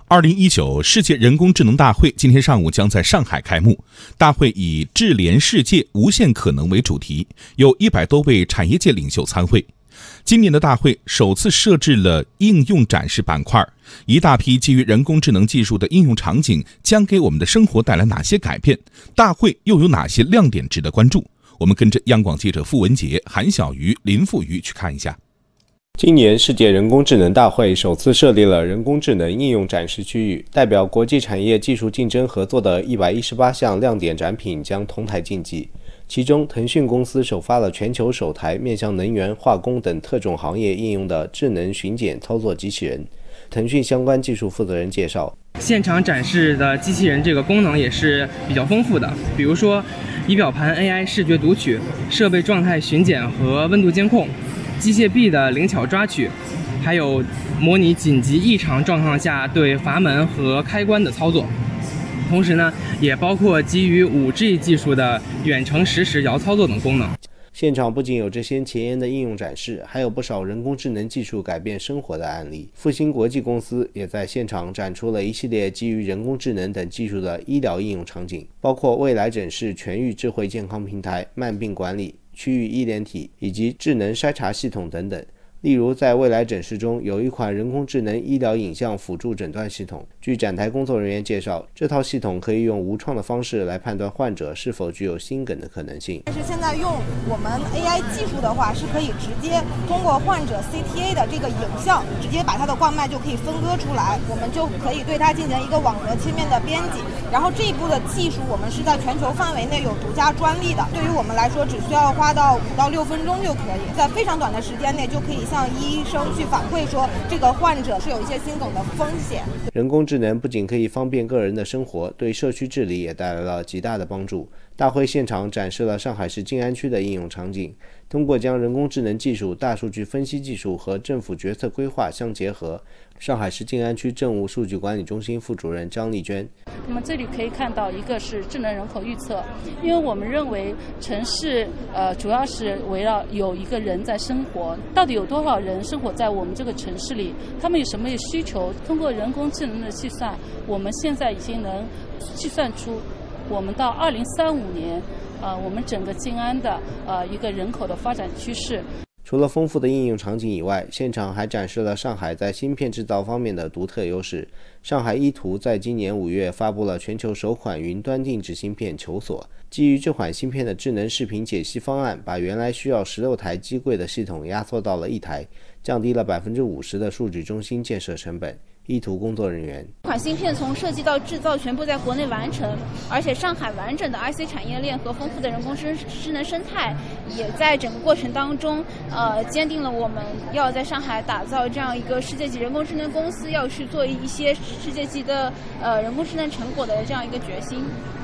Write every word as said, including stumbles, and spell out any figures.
二零一九世界人工智能大会今天上午将在上海开幕。大会以智联世界无限可能为主题，有一百多位产业界领袖参会。今年的大会首次设置了应用展示板块，一大批基于人工智能技术的应用场景将给我们的生活带来哪些改变？大会又有哪些亮点值得关注？我们跟着央广记者付文杰、韩小瑜、林富瑜去看一下。 今年世界人工智能大会首次设立了人工智能应用展示区域，代表国际产业技术竞争合作的一百一十八项亮点展品将同台竞技。其中，腾讯公司首发了全球首台面向能源、化工等特种行业应用的智能巡检操作机器人。腾讯相关技术负责人介绍， 现场展示的机器人这个功能也是比较丰富的，比如说仪表盘 A I 视觉读取、设备状态巡检和温度监控、机械臂的灵巧抓取，还有模拟紧急异常状况下对阀门和开关的操作。同时呢，也包括基于 五 G 技术的远程实时遥操作等功能。 现场不仅有这些前沿的应用展示，还有不少人工智能技术改变生活的案例。复星国际公司也在现场展出了一系列基于人工智能等技术的医疗应用场景，包括未来诊室全域智慧健康平台、慢病管理、区域医联体以及智能筛查系统等等。例如，在未来诊室中有一款人工智能医疗影像辅助诊断系统。据展台工作人员介绍，这套系统可以用无创的方式来判断患者是否具有心梗的可能性。 但是现在用我们 A I 技术的话，是可以直接通过患者 C T A 的这个影像，直接把它的冠脉就可以分割出来，我们就可以对它进行一个网格切面的编辑。然后这一步的技术，我们是在全球范围内有独家专利的。对于我们来说，只需要花到五到六分钟就可以，在非常短的时间内就可以向医生去反馈说这个患者是有一些心梗的风险。 人工智能不仅可以方便个人的生活，对社区治理也带来了极大的帮助。大会现场展示了上海市静安区的应用场景，通过将人工智能技术、大数据分析技术和政府决策规划相结合。上海市静安区政务数据管理中心副主任张丽娟， 那么这里可以看到，一个是智能人口预测，因为我们认为城市呃主要是围绕有一个人在生活，到底有多少人生活在我们这个城市里，他们有什么需求，通过人工智能的计算，我们现在已经能计算出我们到二零三五年呃我们整个静安的呃一个人口的发展趋势。 除了丰富的应用场景以外，现场还展示了上海在芯片制造方面的独特优势。上海依图在今年五月发布了全球首款云端定制芯片球锁，基于这款芯片的智能视频解析方案，把原来需要十六台机柜的系统压缩到了一台，降低了百分之五十的数据中心建设成本。依图工作人员， 这款芯片从设计到制造全部在国内完成，而且上海完整的 I C 产业链和丰富的人工智能生态，也在整个过程当中，呃，坚定了我们要在上海打造这样一个世界级人工智能公司，要去做一些世界级的呃人工智能成果的这样一个决心。